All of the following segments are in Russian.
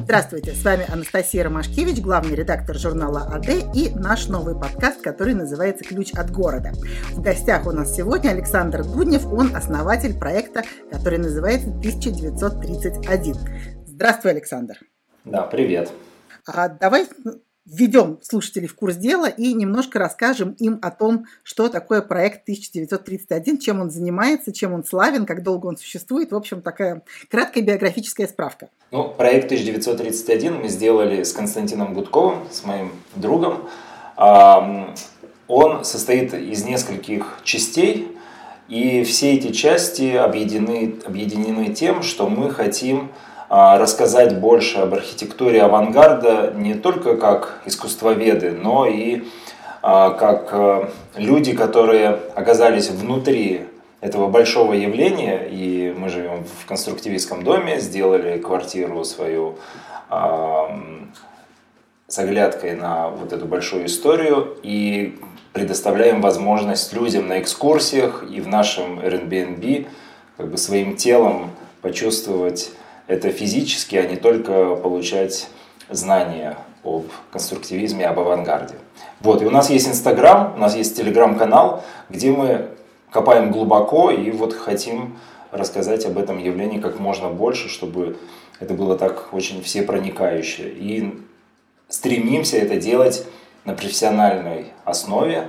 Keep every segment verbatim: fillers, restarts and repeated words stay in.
Здравствуйте, с вами Анастасия Ромашкевич, главный редактор журнала АД и наш новый подкаст, который называется «Ключ от города». В гостях у нас сегодня Александр Дуднев, он основатель проекта, который называется тысяча девятьсот тридцать один. Здравствуй, Александр. Да, привет. А давай введем слушателей в курс дела и немножко расскажем им о том, что такое проект тысяча девятьсот тридцать один, чем он занимается, чем он славен, как долго он существует. В общем, такая краткая биографическая справка. Ну, проект тысяча девятьсот тридцать один мы сделали с Константином Гудковым, с моим другом. Он состоит из нескольких частей, и все эти части объединены, объединены тем, что мы хотим рассказать больше об архитектуре авангарда не только как искусствоведы, но и как люди, которые оказались внутри этого большого явления. И мы живем в конструктивистском доме, сделали квартиру свою с оглядкой на вот эту большую историю и предоставляем возможность людям на экскурсиях и в нашем Airbnb как бы своим телом почувствовать это физически, а не только получать знания об конструктивизме, об авангарде. Вот, и у нас есть Инстаграм, у нас есть Телеграм-канал, где мы копаем глубоко и вот хотим рассказать об этом явлении как можно больше, чтобы это было так очень всепроникающе. И стремимся это делать на профессиональной основе.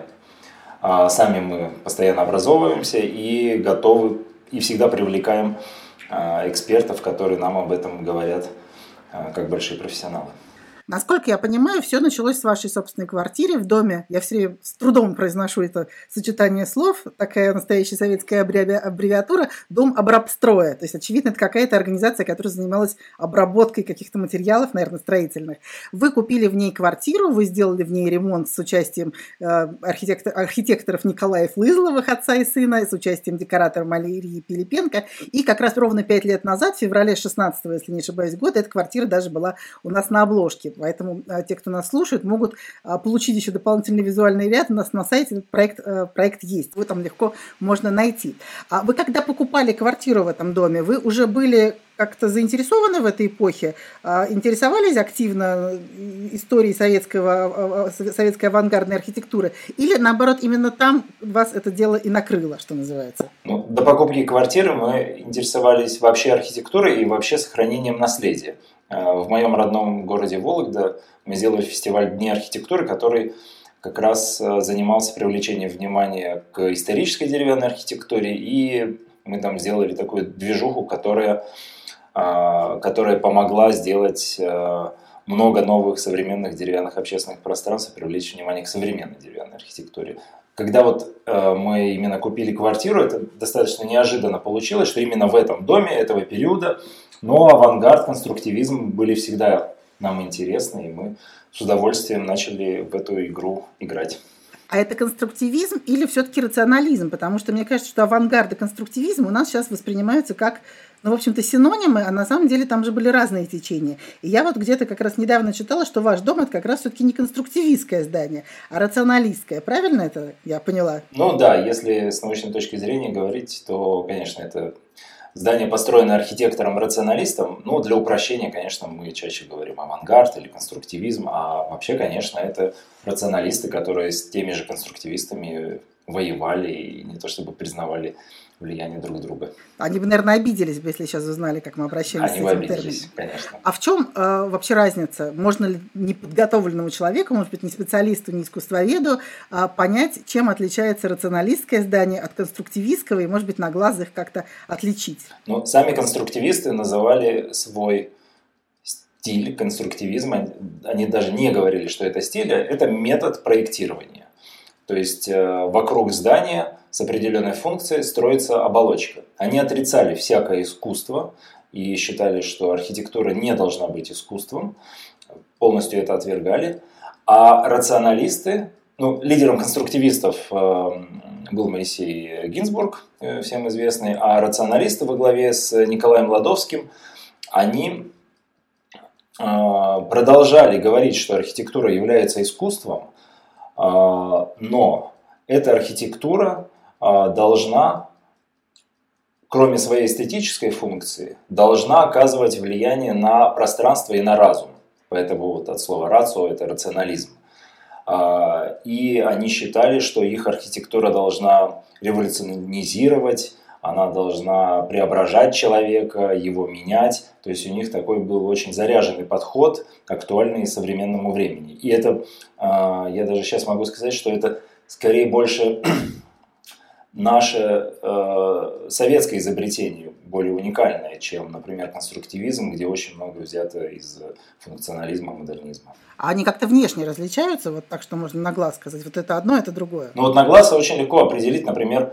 Сами мы постоянно образовываемся и готовы, и всегда привлекаем экспертов, которые нам об этом говорят как большие профессионалы. Насколько я понимаю, все началось с вашей собственной квартиры в доме. Я все время с трудом произношу это сочетание слов. Такая настоящая советская аббревиатура «Дом обрабстроя». То есть, очевидно, это какая-то организация, которая занималась обработкой каких-то материалов, наверное, строительных. Вы купили в ней квартиру, вы сделали в ней ремонт с участием архитектор, архитекторов Николая Флызловых, отца и сына, с участием декоратора Валерии Пилипенко. И как раз ровно пять лет назад, в феврале шестнадцатого, если не ошибаюсь, года, эта квартира даже была у нас на обложке. Поэтому а, те, кто нас слушает, могут а, получить еще дополнительный визуальный ряд. У нас на сайте этот проект, а, проект есть. Его там легко можно найти. А вы когда покупали квартиру в этом доме, вы уже были как-то заинтересованы в этой эпохе? А, интересовались активно историей советского, советской авангардной архитектуры? Или, наоборот, именно там вас это дело и накрыло, что называется? Ну, до покупки квартиры мы интересовались вообще архитектурой и вообще сохранением наследия. В моем родном городе Вологда мы сделали фестиваль Дни архитектуры, который как раз занимался привлечением внимания к исторической деревянной архитектуре, и мы там сделали такую движуху, которая, которая помогла сделать много новых современных деревянных общественных пространств и привлечь внимание к современной деревянной архитектуре. Когда вот э, мы именно купили квартиру, это достаточно неожиданно получилось, что именно в этом доме этого периода, но авангард, конструктивизм были всегда нам интересны, и мы с удовольствием начали в эту игру играть. А это конструктивизм или все-таки рационализм? Потому что мне кажется, что авангард и конструктивизм у нас сейчас воспринимаются как, ну, в общем-то, синонимы, а на самом деле там же были разные течения. И я вот где-то как раз недавно читала, что ваш дом – это как раз все-таки не конструктивистское здание, а рационалистское. Правильно это я поняла? Ну да, если с научной точки зрения говорить, то, конечно, это здание построено архитектором-рационалистом. Ну, для упрощения, конечно, мы чаще говорим авангард или конструктивизм, а вообще, конечно, это рационалисты, которые с теми же конструктивистами воевали и не то чтобы признавали влияние друг друга. Они бы, наверное, обиделись бы, если сейчас узнали, как мы обращаемся Они с этим обиделись, термином. конечно. А в чем э, вообще разница? Можно ли неподготовленному человеку, может быть, не специалисту, не искусствоведу, э, понять, чем отличается рационалистское здание от конструктивистского, и, может быть, на глаз их как-то отличить? Ну, сами конструктивисты называли свой стиль конструктивизма, они даже не говорили, что это стиль, а это метод проектирования. То есть э, вокруг здания с определенной функцией строится оболочка. Они отрицали всякое искусство и считали, что архитектура не должна быть искусством, полностью это отвергали. А рационалисты, ну, лидером конструктивистов э, был Моисей Гинзбург, э, всем известный, а рационалисты во главе с Николаем Ладовским, они э, продолжали говорить, что архитектура является искусством, э, но эта архитектура должна кроме своей эстетической функции, должна оказывать влияние на пространство и на разум. Поэтому вот от слова «рацио» это рационализм. И они считали, что их архитектура должна революционизировать, она должна преображать человека, его менять. То есть у них такой был очень заряженный подход, актуальный современному времени. И это, я даже сейчас могу сказать, что это скорее больше наше советское изобретение, более уникальное, чем, например, конструктивизм, где очень много взято из функционализма, модернизма. А они как-то внешне различаются, вот так, что можно на глаз сказать, вот это одно, это другое? Ну вот на глаз очень легко определить, например,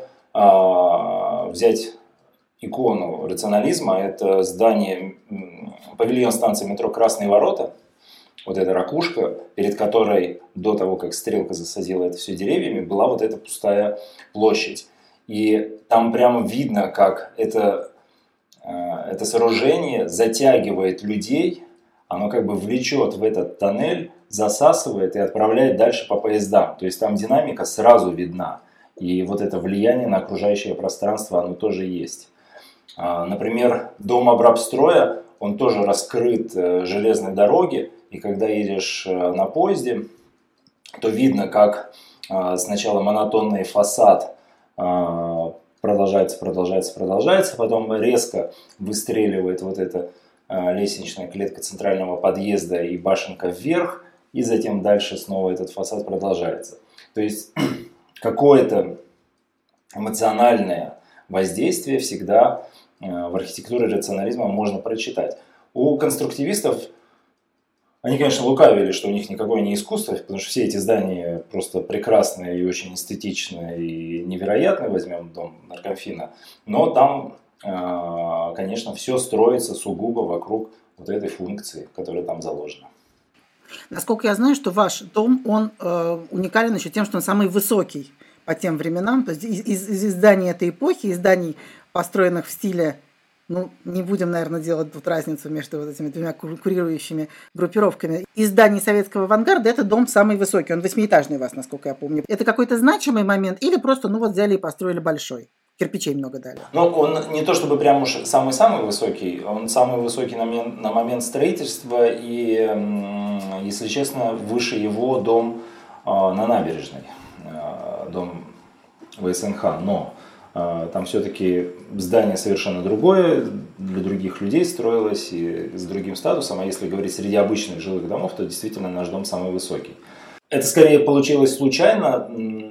взять икону рационализма, это здание, павильон станции метро «Красные ворота», вот эта ракушка, перед которой до того, как стрелка засадила это все деревьями, была вот эта пустая площадь. И там прямо видно, как это, это сооружение затягивает людей, оно как бы влечет в этот тоннель, засасывает и отправляет дальше по поездам. То есть там динамика сразу видна. И вот это влияние на окружающее пространство, оно тоже есть. Например, дом Абрапстроя, он тоже раскрыт железной дороги. И когда едешь на поезде, то видно, как сначала монотонный фасад продолжается, продолжается, продолжается. Потом резко выстреливает вот эта лестничная клетка центрального подъезда и башенка вверх. И затем дальше снова этот фасад продолжается. То есть какое-то эмоциональное воздействие всегда в архитектуре рационализма можно прочитать. У конструктивистов, они, конечно, лукавили, что у них никакое не искусство, потому что все эти здания просто прекрасные и очень эстетичные и невероятные, возьмем дом Наркомфина, но там, конечно, все строится сугубо вокруг вот этой функции, которая там заложена. Насколько я знаю, что ваш дом, он э, уникален еще тем, что он самый высокий по тем временам. То есть из, из, из зданий этой эпохи, из зданий, построенных в стиле, ну, не будем, наверное, делать тут разницу между вот этими двумя курирующими группировками. Из зданий советского авангарда это дом самый высокий, он восьмиэтажный у вас, насколько я помню. Это какой-то значимый момент или просто, ну вот взяли и построили большой? Кирпичей много дали. Ну, он не то чтобы прям уж самый-самый высокий, он самый высокий на момент, на момент строительства, и, если честно, выше его дом э, на набережной, э, дом ВСНХ, но э, там все-таки здание совершенно другое, для других людей строилось и с другим статусом, а если говорить среди обычных жилых домов, то действительно наш дом самый высокий. Это скорее получилось случайно,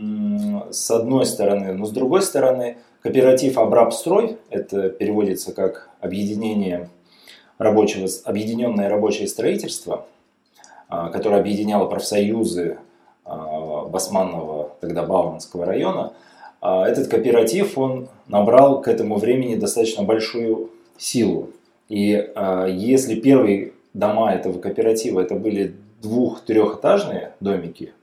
с одной стороны, но с другой стороны, кооператив Абрапстрой, это переводится как объединение рабочего, объединенное рабочее строительство, которое объединяло профсоюзы Басманного, тогда Бауманского района. Этот кооператив, он набрал к этому времени достаточно большую силу. И если первые дома этого кооператива это были двух-трехэтажные домики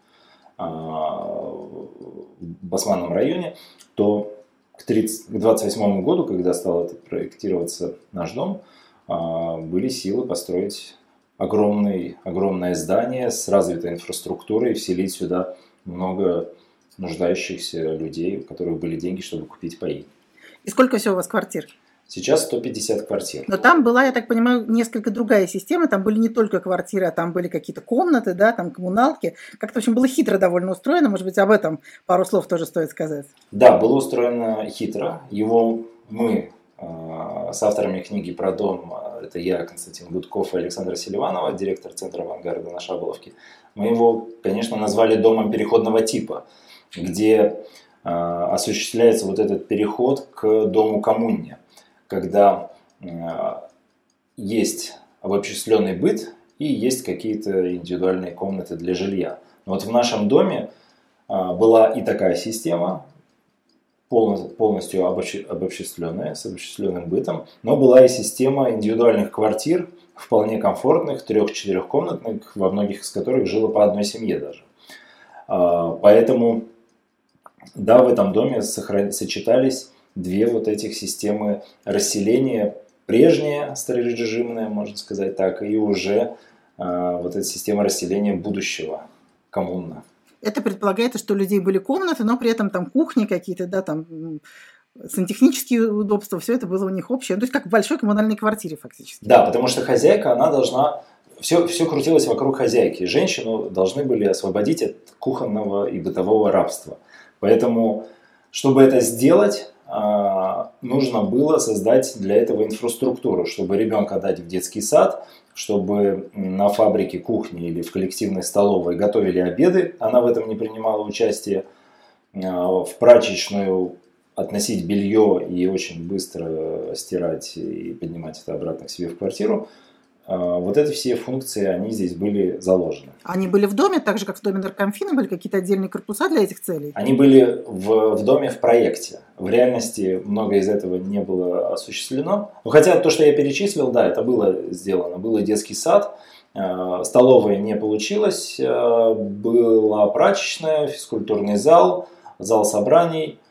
в Басманном районе, то к двадцать восьмому году, когда стал это проектироваться наш дом, были силы построить огромный, огромное здание с развитой инфраструктурой, вселить сюда много нуждающихся людей, у которых были деньги, чтобы купить паи. И сколько всего у вас квартир? Сейчас сто пятьдесят квартир. Но там была, я так понимаю, несколько другая система. Там были не только квартиры, а там были какие-то комнаты, да, там коммуналки. Как-то, в общем, было хитро довольно устроено. Может быть, об этом пару слов тоже стоит сказать. Да, было устроено хитро. Его мы э, с авторами книги про дом, это я, Константин Гудков и Александр Селиванова, директор Центра авангарда на Шаболовке, мы его, конечно, назвали домом переходного типа, где э, осуществляется вот этот переход к дому коммуне, когда э, есть обобщенный быт и есть какие-то индивидуальные комнаты для жилья. Но вот в нашем доме э, была и такая система, полностью, полностью обобщенная, с обобщенным бытом, но была и система индивидуальных квартир, вполне комфортных, трех-четырехкомнатных, во многих из которых жило по одной семье даже. Э, поэтому, да, в этом доме сохран... сочетались две вот этих системы расселения, прежняя старорежимная, можно сказать так, и уже э, вот эта система расселения будущего, коммуна. Это предполагает, что у людей были комнаты, но при этом там кухни какие-то, да, там сантехнические удобства, все это было у них общее. Ну, то есть как в большой коммунальной квартире фактически. Да, потому что хозяйка, она должна... Все, все крутилось вокруг хозяйки. Женщину должны были освободить от кухонного и бытового рабства. Поэтому, чтобы это сделать, нужно было создать для этого инфраструктуру, чтобы ребенка отдать в детский сад, чтобы на фабрике, кухне или в коллективной столовой готовили обеды, она в этом не принимала участие, в прачечную относить белье и очень быстро стирать и поднимать это обратно к себе в квартиру. Вот эти все функции, они здесь были заложены. Они были в доме, так же, как в доме наркомфина, были какие-то отдельные корпуса для этих целей? Они были в, в доме в проекте. В реальности многое из этого не было осуществлено. Но хотя то, что я перечислил, да, это было сделано. Был и детский сад, столовая не получилось, была прачечная, физкультурный зал, зал собраний.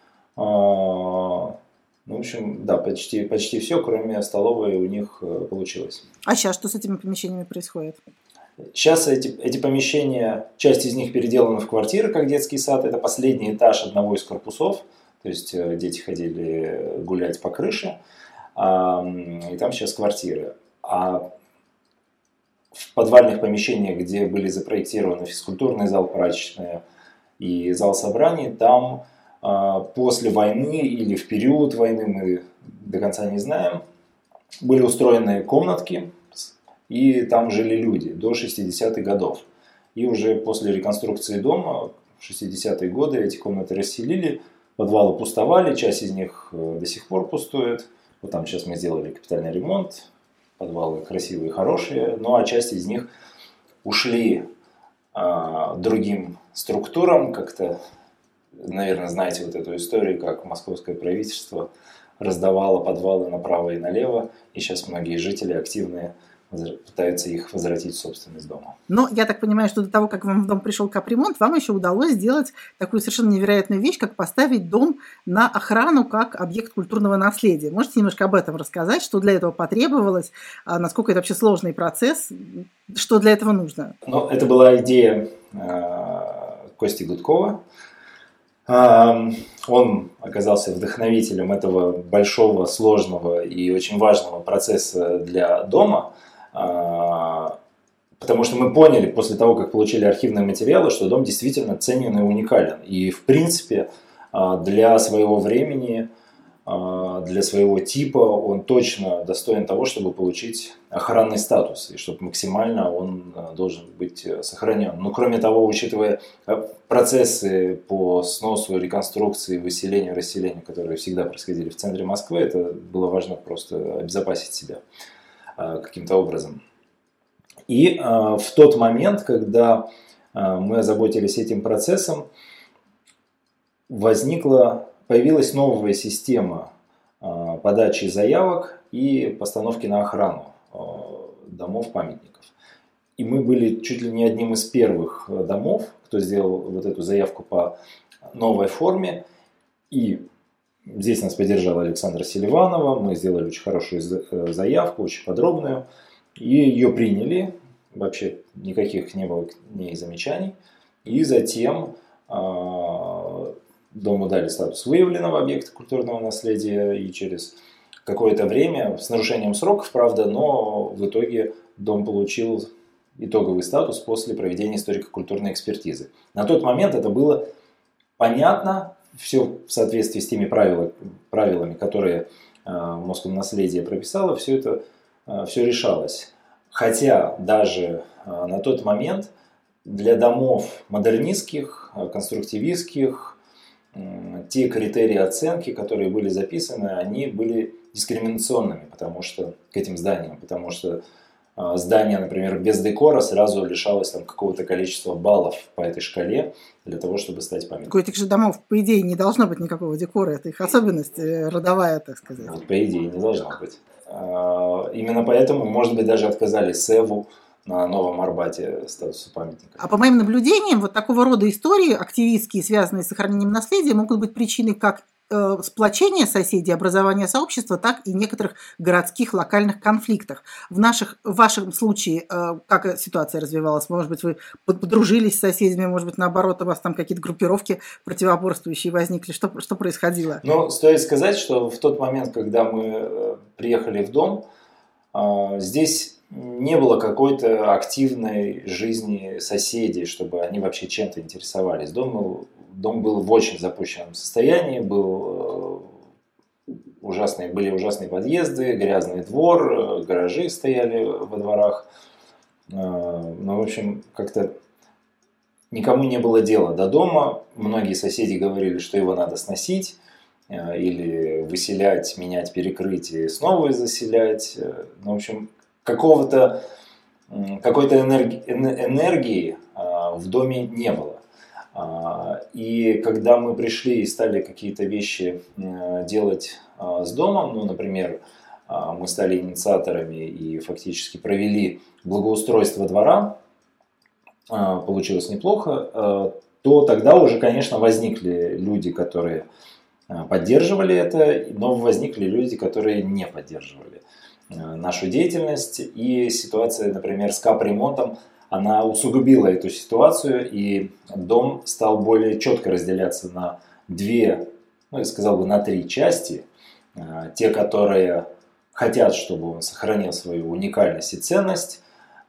Ну, в общем, да, почти, почти все, кроме столовой, у них получилось. А сейчас что с этими помещениями происходит? Сейчас эти, эти помещения, часть из них переделана в квартиры, как детский сад. Это последний этаж одного из корпусов. То есть дети ходили гулять по крыше. А, и там сейчас квартиры. А в подвальных помещениях, где были запроектированы физкультурный зал, прачечная и зал собраний, там... После войны или в период войны, мы до конца не знаем, были устроены комнатки, и там жили люди до шестидесятых годов. И уже после реконструкции дома в шестидесятые годы эти комнаты расселили, подвалы пустовали, часть из них до сих пор пустует. Вот там сейчас мы сделали капитальный ремонт, подвалы красивые, хорошие, ну а часть из них ушли а, другим структурам, как-то... Наверное, знаете вот эту историю, как московское правительство раздавало подвалы направо и налево, и сейчас многие жители активные пытаются их возвратить в собственность дома. Но я так понимаю, что до того, как вам в дом пришел капремонт, вам еще удалось сделать такую совершенно невероятную вещь, как поставить дом на охрану как объект культурного наследия. Можете немножко об этом рассказать, что для этого потребовалось, насколько это вообще сложный процесс, что для этого нужно? Ну, это была идея э, Кости Гудкова. Он оказался вдохновителем этого большого, сложного и очень важного процесса для дома, потому что мы поняли после того, как получили архивные материалы, что дом действительно ценен и уникален. И в принципе для своего времени, для своего типа он точно достоин того, чтобы получить охранный статус, и чтобы максимально он должен быть сохранен. Но кроме того, учитывая процессы по сносу, реконструкции, выселению, расселению, которые всегда происходили в центре Москвы, это было важно просто обезопасить себя каким-то образом. И в тот момент, когда мы озаботились этим процессом, возникла появилась новая система подачи заявок и постановки на охрану домов-памятников. И мы были чуть ли не одним из первых домов, кто сделал вот эту заявку по новой форме. И здесь нас поддержала Александра Селиванова. Мы сделали очень хорошую заявку, очень подробную. И ее приняли. Вообще никаких не было к ней замечаний. И затем... Дому дали статус выявленного объекта культурного наследия, и через какое-то время, с нарушением сроков, правда, но в итоге дом получил итоговый статус после проведения историко-культурной экспертизы. На тот момент это было понятно, все в соответствии с теми правилами, правилами которые Москомнаследие прописало, все это все решалось. Хотя даже на тот момент для домов модернистских, конструктивистских, те критерии оценки, которые были записаны, они были дискриминационными потому что, к этим зданиям, потому что э, здание, например, без декора сразу лишалось там, какого-то количества баллов по этой шкале для того, чтобы стать памятником. У этих же домов, по идее, не должно быть никакого декора, это их особенность родовая, так сказать. Вот, по идее, не должно быть. Э, именно поэтому, может быть, даже отказали Севу на Новом Арбате статуса памятника. А по моим наблюдениям, вот такого рода истории, активистские, связанные с сохранением наследия, могут быть причиной как э, сплочения соседей, образования сообщества, так и некоторых городских локальных конфликтах. В, наших, в вашем случае э, как ситуация развивалась? Может быть, вы подружились с соседями, может быть, наоборот, у вас там какие-то группировки противоборствующие возникли? Что, что происходило? Ну, стоит сказать, что в тот момент, когда мы приехали в дом, э, здесь не было какой-то активной жизни соседей, чтобы они вообще чем-то интересовались. Дом был, дом был в очень запущенном состоянии, был ужасные, были ужасные подъезды, грязный двор, гаражи стояли во дворах. Ну, в общем, как-то никому не было дела до дома. Многие соседи говорили, что его надо сносить или выселять, менять перекрытие, снова заселять. Ну, в общем, какого-то, какой-то энергии, энергии в доме не было. И когда мы пришли и стали какие-то вещи делать с домом, ну, например, мы стали инициаторами и фактически провели благоустройство двора, получилось неплохо, то тогда уже, конечно, возникли люди, которые поддерживали это, но возникли люди, которые не поддерживали нашу деятельность. И ситуация, например, с капремонтом, она усугубила эту ситуацию, и дом стал более четко разделяться на две, ну, я сказал бы, на три части. Те, которые хотят, чтобы он сохранил свою уникальность и ценность.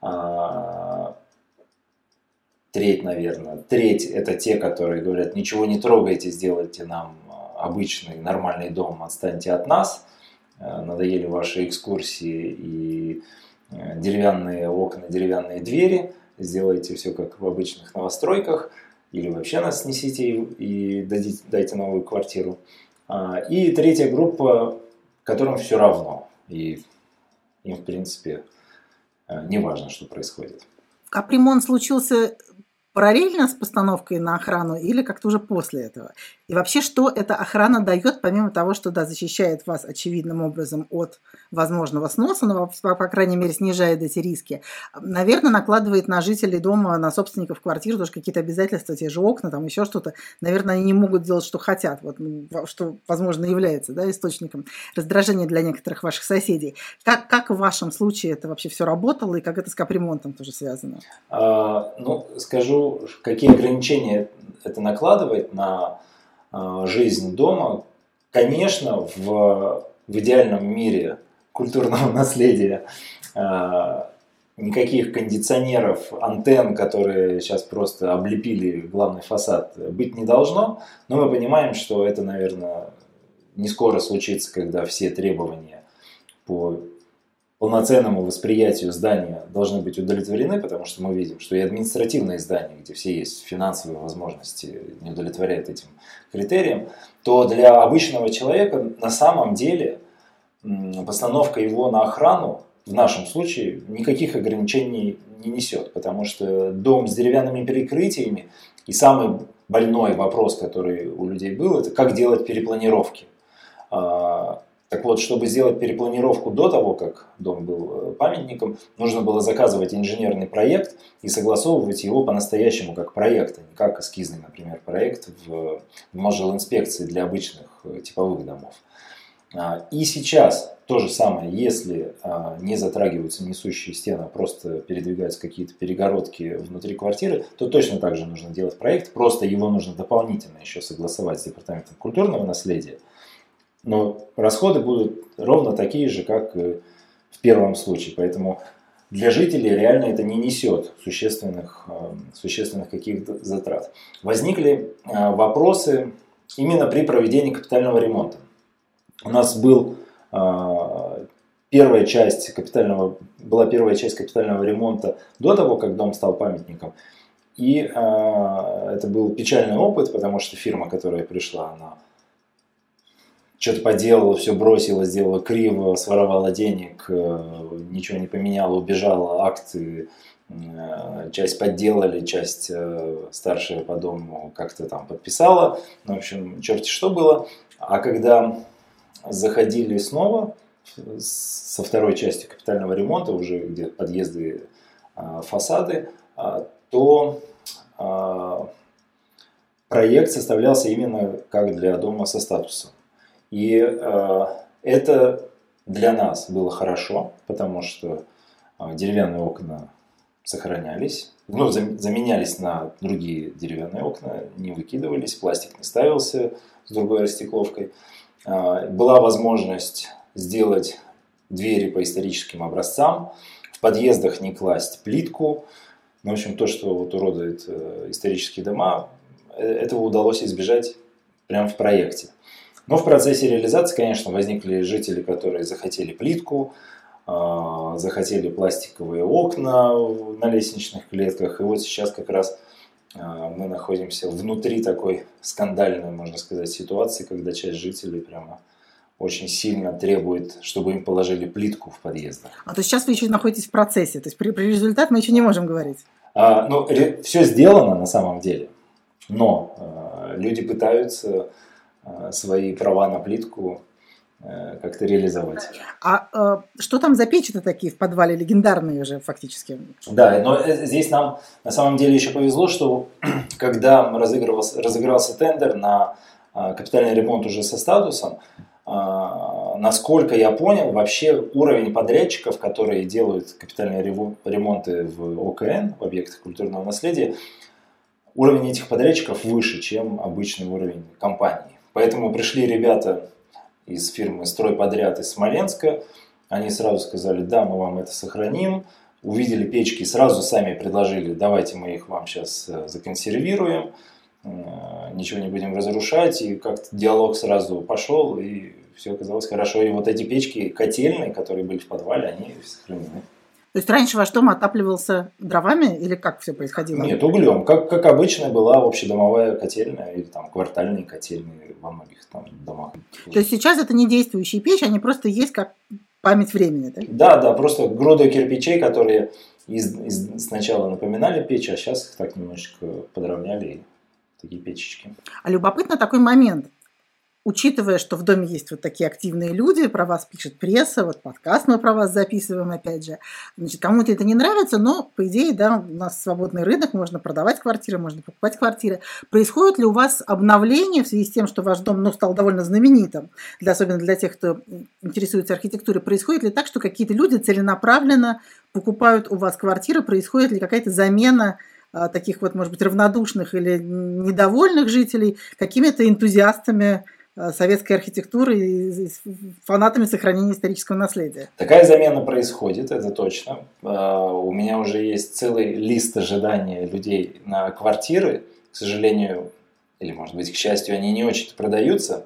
Треть, наверное. Треть – это те, которые говорят, ничего не трогайте, сделайте нам обычный нормальный дом, отстаньте от нас. Надоели ваши экскурсии и деревянные окна, деревянные двери. Сделайте все как в обычных новостройках. Или вообще нас снесите и дадите, дайте новую квартиру. И третья группа, которым все равно. И им, в принципе, не важно, что происходит. Капремонт случился параллельно с постановкой на охрану или как-то уже после этого? И вообще, что эта охрана дает, помимо того, что, да, защищает вас очевидным образом от возможного сноса, но, по, по крайней мере, снижает эти риски, наверное, накладывает на жителей дома, на собственников квартир тоже какие-то обязательства, те же окна, там еще что-то. Наверное, они не могут делать, что хотят, вот, что, возможно, является, да, источником раздражения для некоторых ваших соседей. Как, как в вашем случае это вообще все работало и как это с капремонтом тоже связано? А, ну, скажу, какие ограничения это накладывает на жизнь дома. Конечно, в, в идеальном мире культурного наследия э, никаких кондиционеров, антенн, которые сейчас просто облепили главный фасад, быть не должно. Но мы понимаем, что это, наверное, не скоро случится, когда все требования по полноценному восприятию здания должны быть удовлетворены, потому что мы видим, что и административные здания, где все есть финансовые возможности, не удовлетворяют этим критериям, то для обычного человека на самом деле постановка его на охрану в нашем случае никаких ограничений не несет, потому что дом с деревянными перекрытиями, и самый больной вопрос, который у людей был, это как делать перепланировки. Так вот, чтобы сделать перепланировку до того, как дом был памятником, нужно было заказывать инженерный проект и согласовывать его по-настоящему как проект, а не как эскизный, например, проект в Мосжилинспекции для обычных типовых домов. И сейчас то же самое, если не затрагиваются несущие стены, а просто передвигаются какие-то перегородки внутри квартиры, то точно так же нужно делать проект, просто его нужно дополнительно еще согласовать с Департаментом культурного наследия. Но расходы будут ровно такие же, как и в первом случае. Поэтому для жителей реально это не несет существенных, существенных каких-то затрат. Возникли вопросы именно при проведении капитального ремонта. У нас был, первая часть капитального, была первая часть капитального ремонта до того, как дом стал памятником. И это был печальный опыт, потому что фирма, которая пришла, она что-то поделала, все бросила, сделала криво, своровала денег, ничего не поменяла, убежала, акты, часть подделали, часть старшая по дому как-то там подписала. Ну, в общем, черти что было. А когда заходили снова со второй части капитального ремонта, уже где подъезды, фасады, то проект составлялся именно как для дома со статусом. И э, это для нас было хорошо, потому что э, деревянные окна сохранялись, ну, заменялись на другие деревянные окна, не выкидывались, пластик не ставился с другой растекловкой. Была возможность сделать двери по историческим образцам, в подъездах не класть плитку. Ну, в общем, то, что вот уродует исторические дома, этого удалось избежать прямо в проекте. Но в процессе реализации, конечно, возникли жители, которые захотели плитку, захотели пластиковые окна на лестничных клетках. И вот сейчас как раз мы находимся внутри такой скандальной, можно сказать, ситуации, когда часть жителей прямо очень сильно требует, чтобы им положили плитку в подъездах. А то сейчас вы еще находитесь в процессе, то есть при, при результате мы еще не можем говорить. А, ну, ре, все сделано на самом деле, но а, люди пытаются а, свои права на плитку как-то реализовать. А э, что там за печи-то такие в подвале, легендарные уже фактически? Да, но здесь нам на самом деле еще повезло, что когда разыгрывался, разыгрался тендер на э, капитальный ремонт уже со статусом, э, насколько я понял, вообще уровень подрядчиков, которые делают капитальные ремонты в ОКН, в объектах культурного наследия, уровень этих подрядчиков выше, чем обычный уровень компании. Поэтому пришли ребята из фирмы «Стройподряд» из Смоленска. Они сразу сказали, да, мы вам это сохраним. Увидели печки, сразу сами предложили, давайте мы их вам сейчас законсервируем, ничего не будем разрушать. И как-то диалог сразу пошел, и все оказалось хорошо. И вот эти печки котельные, которые были в подвале, они сохранены. То есть раньше ваш дом отапливался дровами или как все происходило? Нет, углем. Как, как обычно была общедомовая котельная или там квартальные котельные во многих там домах. То есть сейчас это не действующие печи, они просто есть как память времени, да? Да, да, просто груда кирпичей, которые из, из, сначала напоминали печь, а сейчас их так немножечко подровняли, и такие печечки. А любопытно такой момент. Учитывая, что в доме есть вот такие активные люди, про вас пишет пресса, вот подкаст мы про вас записываем, опять же. Значит, кому-то это не нравится, но, по идее, да, у нас свободный рынок, можно продавать квартиры, можно покупать квартиры. Происходит ли у вас обновление в связи с тем, что ваш дом, ну, стал довольно знаменитым, для, особенно для тех, кто интересуется архитектурой? Происходит ли так, что какие-то люди целенаправленно покупают у вас квартиры? Происходит ли какая-то замена а, таких вот, может быть, равнодушных или недовольных жителей какими-то энтузиастами советской архитектуры и фанатами сохранения исторического наследия? Такая замена происходит, это точно. У меня уже есть целый лист ожидания людей на квартиры. К сожалению, или, может быть, к счастью, они не очень продаются.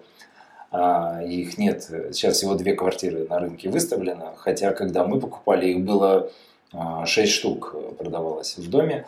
Их нет. Сейчас всего две квартиры на рынке выставлено. Хотя, когда мы покупали, их было шесть штук продавалось в доме.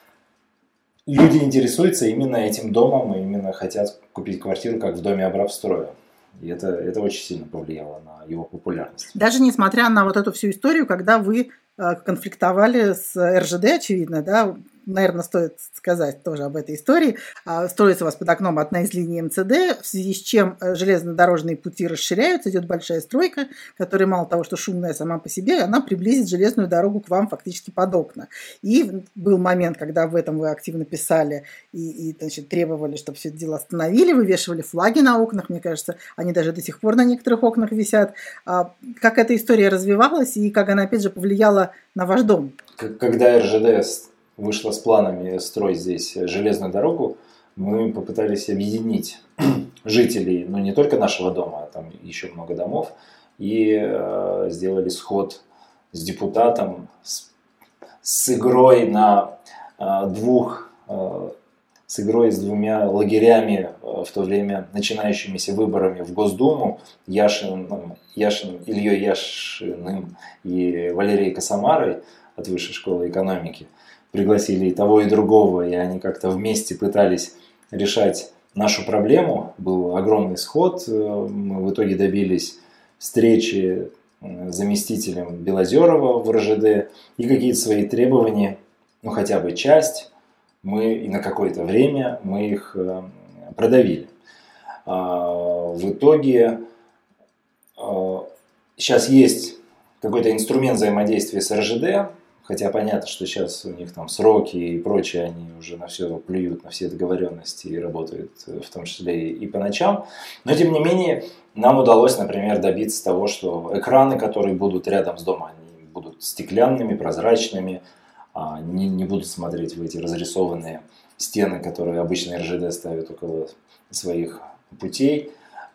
Люди интересуются именно этим домом и именно хотят купить квартиру, как в доме Абрапстроя. И это, это очень сильно повлияло на его популярность. Даже несмотря на вот эту всю историю, когда вы конфликтовали с эр жэ дэ, очевидно, да, наверное, стоит сказать тоже об этой истории. Строится у вас под окном одна из линий эм цэ дэ, в связи с чем железнодорожные пути расширяются, идет большая стройка, которая мало того, что шумная сама по себе, она приблизит железную дорогу к вам фактически под окна. И был момент, когда об этом вы активно писали и, и значит, требовали, чтобы все это дело остановили, вывешивали флаги на окнах, мне кажется, они даже до сих пор на некоторых окнах висят. Как эта история развивалась и как она, опять же, повлияла на ваш дом? Когда эр жэ дэ вышла с планами строить здесь железную дорогу, мы попытались объединить жителей, ну не только нашего дома, а там еще много домов, и э, сделали сход с депутатом, с, с игрой на э, двух, э, с игрой с двумя лагерями, э, в то время начинающимися выборами в Госдуму, Яшиным, Яшиным, Ильей Яшиным и Валерией Косомарой от Высшей школы экономики. Пригласили и того, и другого, и они как-то вместе пытались решать нашу проблему. Был огромный сход, мы в итоге добились встречи с заместителем Белозерова в эр жэ дэ и какие-то свои требования, ну хотя бы часть, мы и на какое-то время мы их продавили. В итоге сейчас есть какой-то инструмент взаимодействия с эр жэ дэ, хотя понятно, что сейчас у них там сроки и прочее, они уже на все плюют, на все договоренности и работают в том числе и по ночам. Но тем не менее, нам удалось, например, добиться того, что экраны, которые будут рядом с домом, они будут стеклянными, прозрачными, не, не будут смотреть в эти разрисованные стены, которые обычно эр жэ дэ ставят около своих путей.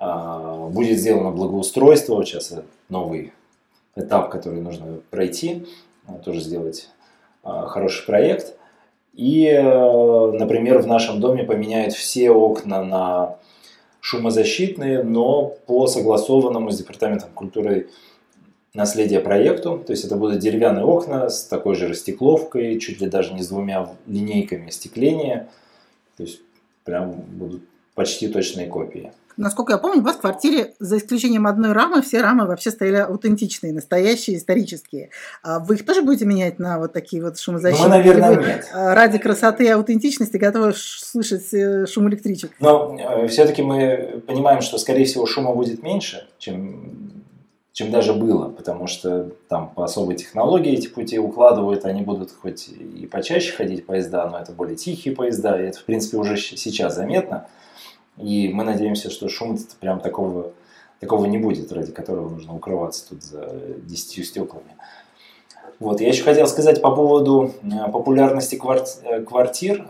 Будет сделано благоустройство, вот сейчас новый этап, который нужно пройти, тоже сделать хороший проект. И, например, в нашем доме поменяют все окна на шумозащитные, но по согласованному с Департаментом культуры наследия проекту. То есть это будут деревянные окна с такой же растекловкой, чуть ли даже не с двумя линейками остекления. То есть прям будут почти точные копии. Насколько я помню, у вас в квартире, за исключением одной рамы, все рамы вообще стояли аутентичные, настоящие, исторические. А вы их тоже будете менять на вот такие вот шумозащитные? Ну, мы, наверное, нет. Ради красоты и аутентичности готовы слышать шум электричек? Но э, все-таки мы понимаем, что, скорее всего, шума будет меньше, чем, чем даже было, потому что там по особой технологии эти пути укладывают, они будут хоть и почаще ходить поезда, но это более тихие поезда, и это, в принципе, уже сейчас заметно. И мы надеемся, что шума прям такого, такого не будет, ради которого нужно укрываться тут за десятью стеклами. Вот. Я еще хотел сказать по поводу популярности квартир,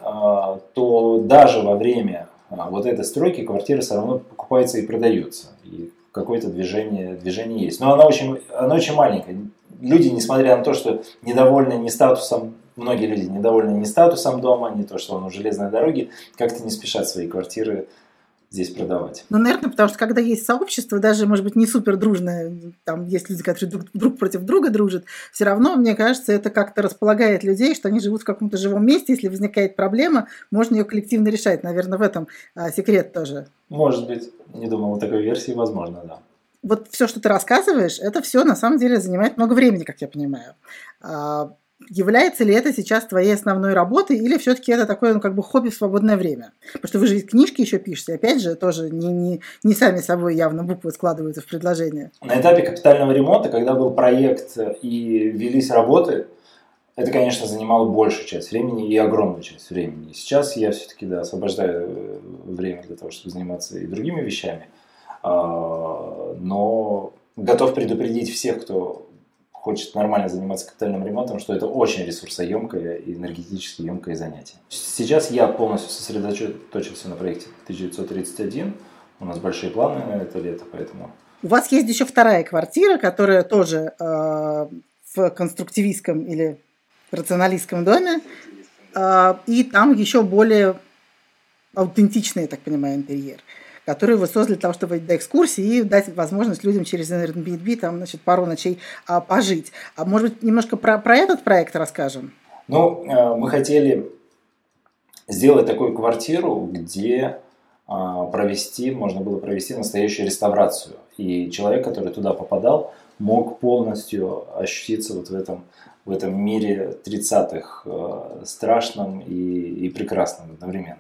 то даже во время вот этой стройки квартиры все равно покупаются и продаются. И какое-то движение, движение есть. Но она очень, она очень маленькая. Люди, несмотря на то, что недовольны не статусом, многие люди недовольны не статусом дома, не то, что он у железной дороги, как-то не спешат свои квартиры здесь продавать. Ну, наверное, потому что когда есть сообщество, даже, может быть, не супер дружное, там есть люди, которые друг, друг против друга дружат, все равно, мне кажется, это как-то располагает людей, что они живут в каком-то живом месте, если возникает проблема, можно ее коллективно решать. Наверное, в этом а, секрет тоже. Может быть. Не думал о такой версии, возможно, да. Вот все, что ты рассказываешь, это все на самом деле занимает много времени, как я понимаю. А, является ли это сейчас твоей основной работой, или все-таки это такое, ну, как бы хобби в свободное время? Потому что вы же книжки еще пишете, опять же, тоже не, не, не сами собой явно буквы складываются в предложение. На этапе капитального ремонта, когда был проект и велись работы, это, конечно, занимало большую часть времени и огромную часть времени. Сейчас я все-таки, да, освобождаю время для того, чтобы заниматься и другими вещами, но готов предупредить всех, кто хочет нормально заниматься капитальным ремонтом, что это очень ресурсоемкое и энергетически емкое занятие. Сейчас я полностью сосредоточился на проекте тысяча девятьсот тридцать один. У нас большие планы на это лето, поэтому... У вас есть еще вторая квартира, которая тоже э, в конструктивистском или рационалистском доме, э, и там еще более аутентичный, я так понимаю, интерьер, который вы создали для того, чтобы дать экскурсии и дать возможность людям через Airbnb там, значит, пару ночей а, пожить. А может быть, немножко про, про этот проект расскажем? Ну, мы хотели сделать такую квартиру, где провести, можно было провести настоящую реставрацию. И человек, который туда попадал, мог полностью ощутиться вот в этом, в этом мире тридцатых, страшном и, и прекрасном одновременно.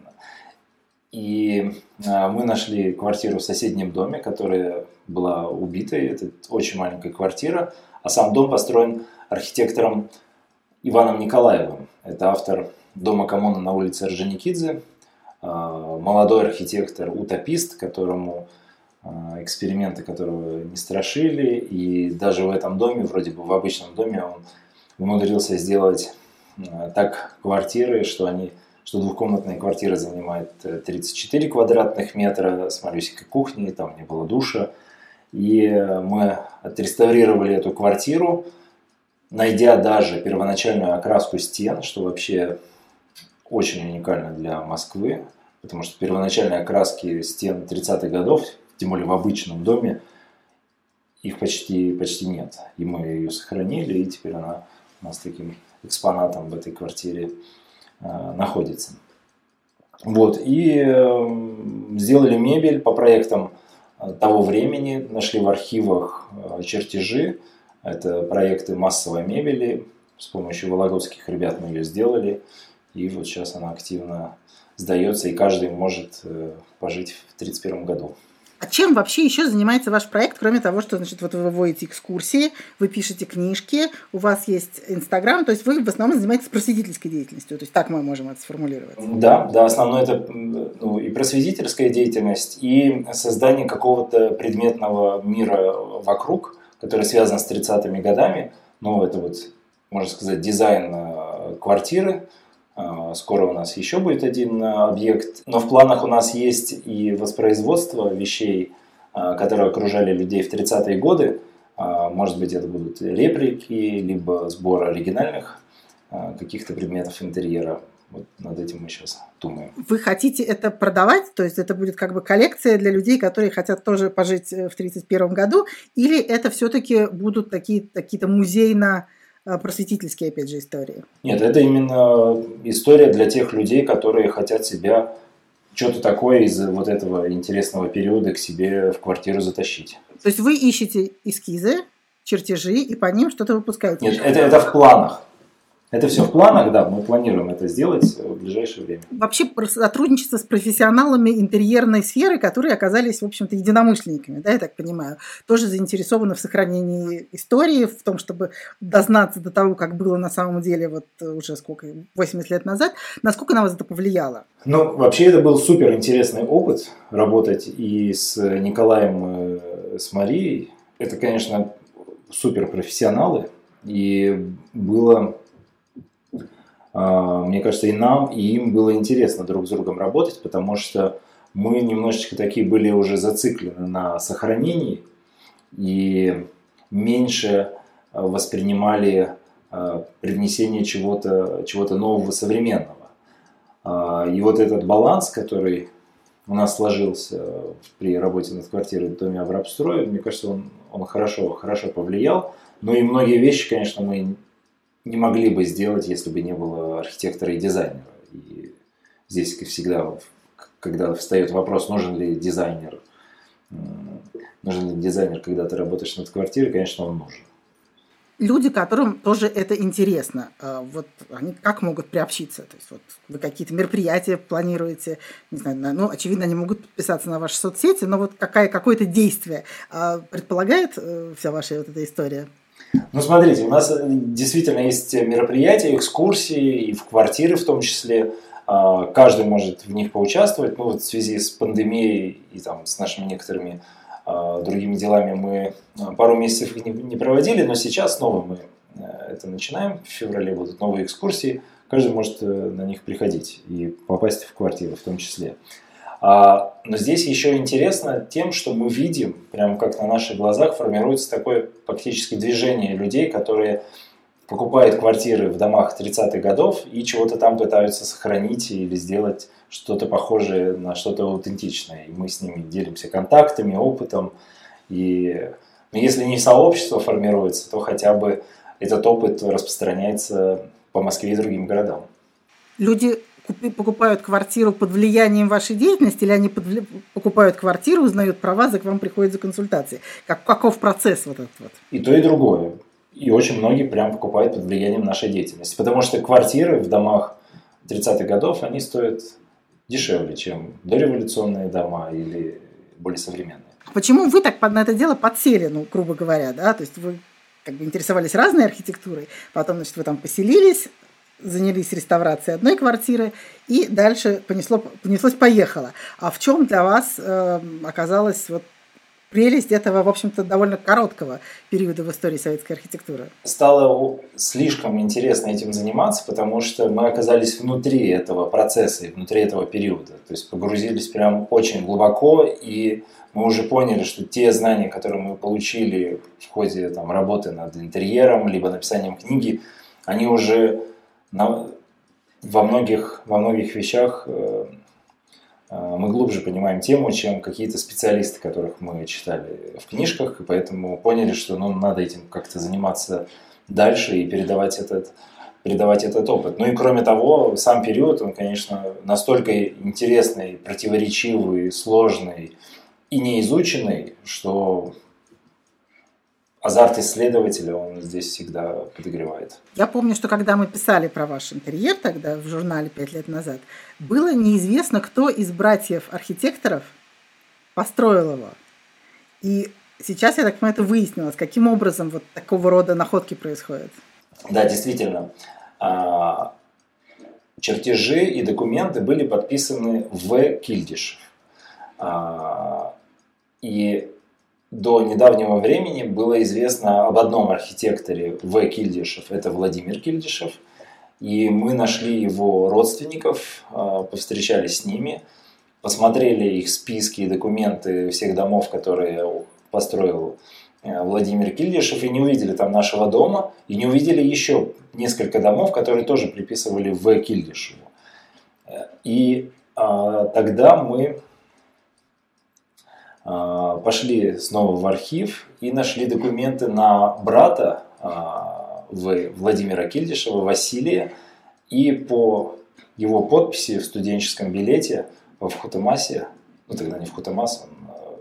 И мы нашли квартиру в соседнем доме, которая была убитой. Это очень маленькая квартира. А сам дом построен архитектором Иваном Николаевым. Это автор дома коммуны на улице Орджоникидзе. Молодой архитектор, утопист, которому эксперименты которого не страшили. И даже в этом доме, вроде бы в обычном доме, он умудрился сделать так квартиры, что они... что двухкомнатная квартира занимает тридцать четыре квадратных метра с малюсенькой кухней, там не было душа. И мы отреставрировали эту квартиру, найдя даже первоначальную окраску стен, что вообще очень уникально для Москвы, потому что первоначальные окраски стен тридцатых годов, тем более в обычном доме, их почти, почти нет. И мы ее сохранили, и теперь она у нас таким экспонатом в этой квартире находится. Вот. И э, сделали мебель по проектам того времени, нашли в архивах чертежи. Это проекты массовой мебели. С помощью вологодских ребят мы ее сделали. И вот сейчас она активно сдается, и каждый может э, пожить в тридцать первом году. А чем вообще еще занимается ваш проект, кроме того, что, значит, вот вы вводите экскурсии, вы пишете книжки, у вас есть Инстаграм, то есть вы в основном занимаетесь просветительской деятельностью, то есть так мы можем это сформулировать. Да, да, основное это ну, и просветительская деятельность, и создание какого-то предметного мира вокруг, который связан с тридцатыми годами. Ну, это вот, можно сказать, дизайн квартиры. Скоро у нас еще будет один объект. Но в планах у нас есть и воспроизводство вещей, которые окружали людей в тридцатые годы. Может быть, это будут реплики, либо сбор оригинальных каких-то предметов интерьера. Вот над этим мы сейчас думаем. Вы хотите это продавать? То есть это будет как бы коллекция для людей, которые хотят тоже пожить в тридцать первом году? Или это все-таки будут такие, какие-то музейно- просветительские, опять же, истории? Нет, это именно история для тех людей, которые хотят себя что-то такое из вот этого интересного периода к себе в квартиру затащить. То есть вы ищете эскизы, чертежи и по ним что-то выпускаете? Нет, это, это в планах. Это все в планах, да, мы планируем это сделать в ближайшее время. Вообще сотрудничество с профессионалами интерьерной сферы, которые оказались, в общем-то, единомышленниками, да, я так понимаю, тоже заинтересованы в сохранении истории, в том, чтобы дознаться до того, как было на самом деле вот уже сколько, восемьдесят лет назад. Насколько на вас это повлияло? Ну, вообще это был супер интересный опыт работать и с Николаем, и с Марией. Это, конечно, супер профессионалы, и было... Мне кажется, и нам, и им было интересно друг с другом работать, потому что мы немножечко такие были уже зациклены на сохранении и меньше воспринимали привнесение чего-то, чего-то нового, современного. И вот этот баланс, который у нас сложился при работе над квартирой в доме Абрапстроя, мне кажется, он, он хорошо, хорошо повлиял. Ну и многие вещи, конечно, мы не могли бы сделать, если бы не было архитектора и дизайнера. И здесь всегда, когда встает вопрос, нужен ли дизайнер, нужен ли дизайнер, когда ты работаешь над квартирой, конечно, он нужен. Люди, которым тоже это интересно, вот они как могут приобщиться? То есть вот вы какие-то мероприятия планируете, не знаю, ну, очевидно, они могут подписаться на ваши соцсети, но вот какая, какое-то действие предполагает вся ваша вот эта история? Ну, смотрите, у нас действительно есть мероприятия, экскурсии, и в квартиры в том числе. Каждый может в них поучаствовать. Ну, вот в связи с пандемией и там, с нашими некоторыми другими делами мы пару месяцев их не проводили, но сейчас снова мы это начинаем. В феврале будут новые экскурсии. Каждый может на них приходить и попасть в квартиру в том числе. Но здесь еще интересно тем, что мы видим, прямо как на наших глазах, формируется такое фактически движение людей, которые покупают квартиры в домах тридцатых годов и чего-то там пытаются сохранить или сделать что-то похожее на что-то аутентичное. И мы с ними делимся контактами, опытом. И ну, если не сообщество формируется, то хотя бы этот опыт распространяется по Москве и другим городам. Люди покупают квартиру под влиянием вашей деятельности, или они под... покупают квартиру, узнают про вас, и к вам приходят за консультацией? Как, каков процесс вот этот вот? И то, и другое. И очень многие прям покупают под влиянием нашей деятельности. Потому что квартиры в домах тридцатых годов, они стоят дешевле, чем дореволюционные дома или более современные. Почему вы так на это дело подсели, ну, грубо говоря, да? То есть вы как бы интересовались разной архитектурой, потом, значит, вы там поселились, занялись реставрацией одной квартиры, и дальше понесло, понеслось-поехало. А в чем для вас э, оказалась вот прелесть этого, в общем-то, довольно короткого периода в истории советской архитектуры? Стало слишком интересно этим заниматься, потому что мы оказались внутри этого процесса, внутри этого периода. То есть погрузились прям очень глубоко, и мы уже поняли, что те знания, которые мы получили в ходе там, работы над интерьером, либо написанием книги, они уже на, во, многих, во многих вещах э, э, мы глубже понимаем тему, чем какие-то специалисты, которых мы читали в книжках, и поэтому поняли, что ну, надо этим как-то заниматься дальше и передавать этот, передавать этот опыт. Ну и кроме того, сам период, он, конечно, настолько интересный, противоречивый, сложный и неизученный, что азарт исследователя, он здесь всегда подогревает. Я помню, что когда мы писали про ваш интерьер тогда в журнале пять лет назад, было неизвестно, кто из братьев-архитекторов построил его. И сейчас, я так понимаю, это выяснилось, каким образом вот такого рода находки происходят. Да, действительно. Чертежи и документы были подписаны В. Кильдишев. И до недавнего времени было известно об одном архитекторе В. Кильдишев, это Владимир Кильдишев. И мы нашли его родственников, повстречались с ними, посмотрели их списки и документы всех домов, которые построил Владимир Кильдишев, и не увидели там нашего дома, и не увидели еще несколько домов, которые тоже приписывали В. Кильдишеву. И а, тогда мы а, пошли снова в архив и нашли документы на брата а, В. Владимира Кильдишева, Василия, и по его подписи в студенческом билете в Хутамасе, ну тогда не в Хутамасе, он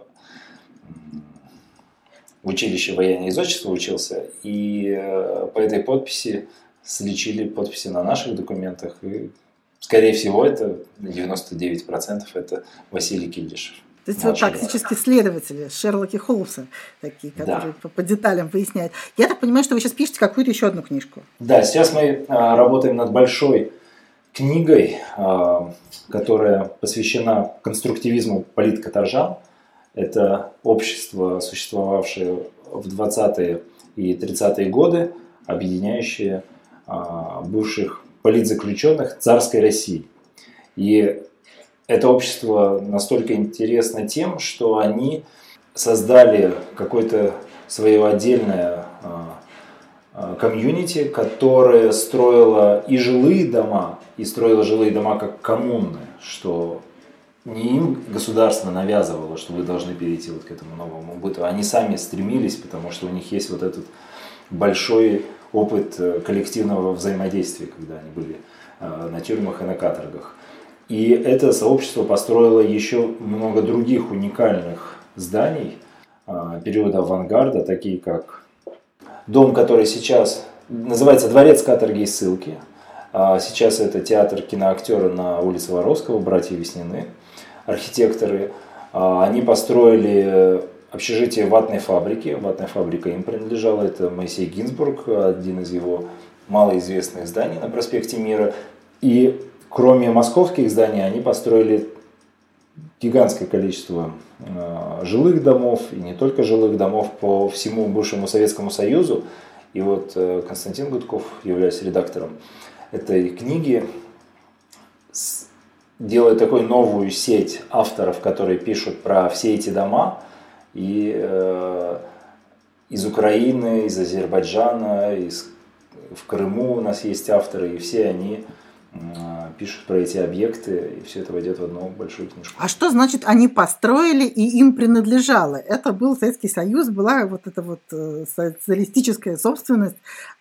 в училище военного изотчества учился, и по этой подписи сличили подписи на наших документах, и, скорее всего, это девяносто девять процентов это Василий Кильдишев. То есть вот тактические следователи, Шерлоки Холмса, такие, которые да. по, по деталям выясняют. Я так понимаю, что вы сейчас пишете какую-то еще одну книжку. Да, сейчас мы а, работаем над большой книгой, а, которая посвящена конструктивизму политкаторжан. Это общество, существовавшее в двадцатые и тридцатые годы, объединяющее а, бывших политзаключенных царской России. И это общество настолько интересно тем, что они создали какое-то свое отдельное а, а, комьюнити, которое строило и жилые дома, и строило жилые дома как коммуны, что не им государство навязывало, что вы должны перейти вот к этому новому быту. Они сами стремились, потому что у них есть вот этот большой опыт коллективного взаимодействия, когда они были на тюрьмах и на каторгах. И это сообщество построило еще много других уникальных зданий периода авангарда, такие как дом, который сейчас называется Дворец каторги и ссылки. Сейчас это театр киноактера на улице Воровского, братья Веснины, архитекторы. Они построили общежитие ватной фабрики. Ватная фабрика им принадлежала. Это Моисей Гинзбург, один из его малоизвестных зданий на проспекте Мира. И кроме московских зданий, они построили гигантское количество жилых домов, и не только жилых домов, по всему бывшему Советскому Союзу. И вот Константин Гудков, являясь редактором этой книги, делает такую новую сеть авторов, которые пишут про все эти дома. И э, из Украины, из Азербайджана, из, в Крыму у нас есть авторы, и все они э, пишут про эти объекты, и все это войдет в одну большую книжку. А что значит они построили и им принадлежало? Это был Советский Союз, была вот эта вот социалистическая собственность.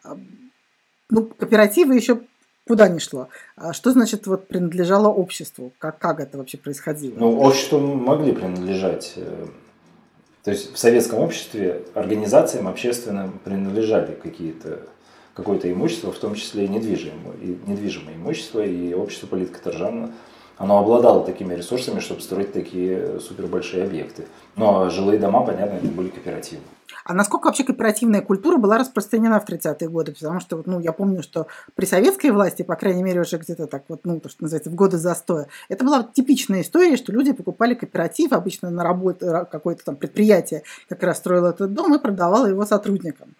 Ну, кооперативы еще куда ни шло. А что значит вот принадлежало обществу? Как, как это вообще происходило? Ну, обществу могли принадлежать. То есть в советском обществе организациям общественным принадлежали какие-то, какое-то имущество, в том числе и недвижимое, и недвижимое имущество, и общество политкаторжан, оно обладало такими ресурсами, чтобы строить такие супербольшие объекты. Но жилые дома, понятно, это были кооперативы. А насколько вообще кооперативная культура была распространена в тридцатые годы? Потому что ну, я помню, что при советской власти, по крайней мере, уже где-то так вот, ну, то, что называется, в годы застоя, это была типичная история, что люди покупали кооператив, обычно на работу, какое-то там предприятие как раз строило этот дом и продавало его сотрудникам.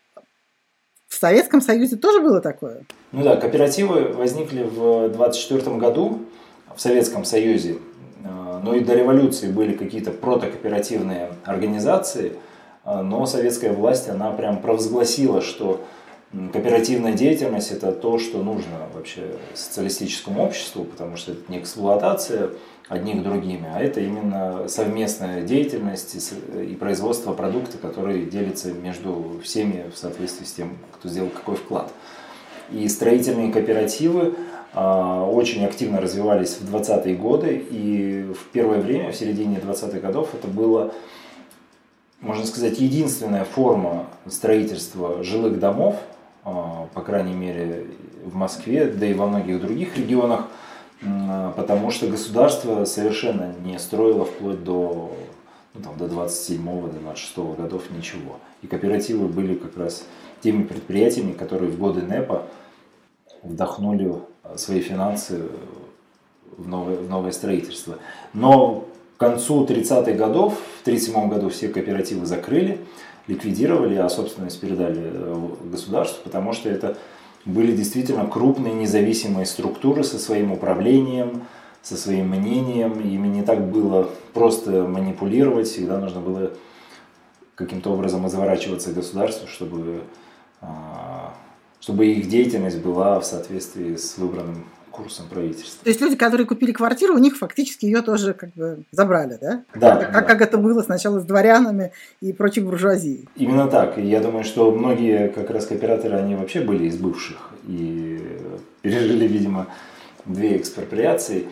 В Советском Союзе тоже было такое? Ну да, кооперативы возникли в двадцать четвёртом году в Советском Союзе, но и до революции были какие-то протокооперативные организации. Но советская власть, она прям провозгласила, что кооперативная деятельность – это то, что нужно вообще социалистическому обществу, потому что это не эксплуатация одних другими, а это именно совместная деятельность и производство продукта, который делится между всеми в соответствии с тем, кто сделал какой вклад. И строительные кооперативы очень активно развивались в двадцатые годы, и в первое время, в середине двадцатых годов, это было, можно сказать, единственная форма строительства жилых домов, по крайней мере в Москве, да и во многих других регионах, потому что государство совершенно не строило вплоть до ну, там, до двадцать седьмого, до двадцать шестого годов ничего. И кооперативы были как раз теми предприятиями, которые в годы НЭПа вдохнули свои финансы в новое, в новое строительство. Но к концу тридцатых годов, в тридцать седьмом году все кооперативы закрыли, ликвидировали, а собственность передали государству, потому что это были действительно крупные независимые структуры со своим управлением, со своим мнением. Ими не так было просто манипулировать, всегда нужно было каким-то образом изворачиваться государству, чтобы, чтобы их деятельность была в соответствии с выбранным курсом правительства. То есть люди, которые купили квартиру, у них фактически ее тоже как бы забрали, да? Да. Как, да. как это было сначала с дворянами и прочей буржуазией. Именно так. И я думаю, что многие как раз кооператоры, они вообще были из бывших и пережили, видимо, две экспроприации.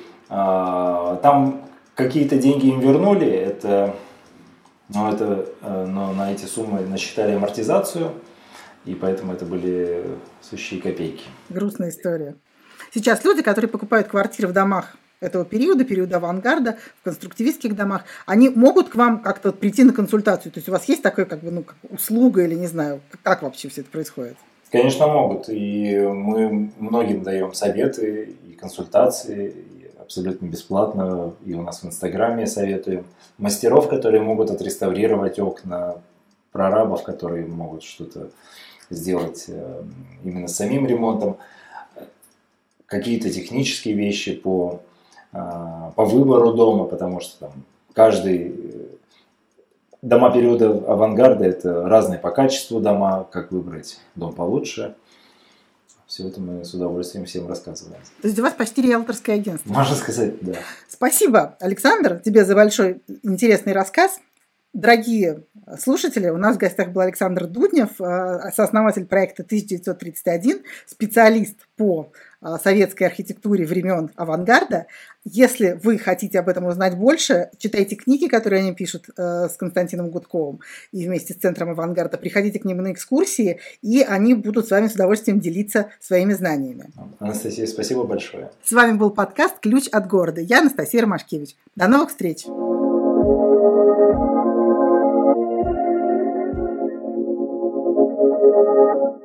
Там какие-то деньги им вернули, это, но, это, но на эти суммы насчитали амортизацию, и поэтому это были сущие копейки. Грустная история. Сейчас люди, которые покупают квартиры в домах этого периода, периода авангарда, в конструктивистских домах, они могут к вам как-то вот прийти на консультацию? То есть у вас есть такая как бы, ну, как услуга или не знаю, как вообще все это происходит? Конечно, могут. И мы многим даем советы и консультации, и абсолютно бесплатно. И у нас в Инстаграме советуем мастеров, которые могут отреставрировать окна, прорабов, которые могут что-то сделать именно с самим ремонтом. Какие-то технические вещи по, по выбору дома, потому что там каждый дома периода авангарда это разные по качеству дома, как выбрать дом получше. Все это мы с удовольствием всем рассказываем. То есть у вас почти риэлторское агентство. Можно сказать, да. Спасибо, Александр, тебе за большой интересный рассказ. Дорогие слушатели, у нас в гостях был Александр Дуднев, сооснователь проекта тысяча девятьсот тридцать один, специалист по советской архитектуре времен авангарда. Если вы хотите об этом узнать больше, читайте книги, которые они пишут с Константином Гудковым и вместе с Центром авангарда. Приходите к ним на экскурсии, и они будут с вами с удовольствием делиться своими знаниями. Анастасия, спасибо большое. С вами был подкаст «Ключ от города». Я Анастасия Ромашкевич. До новых встреч! Thank you.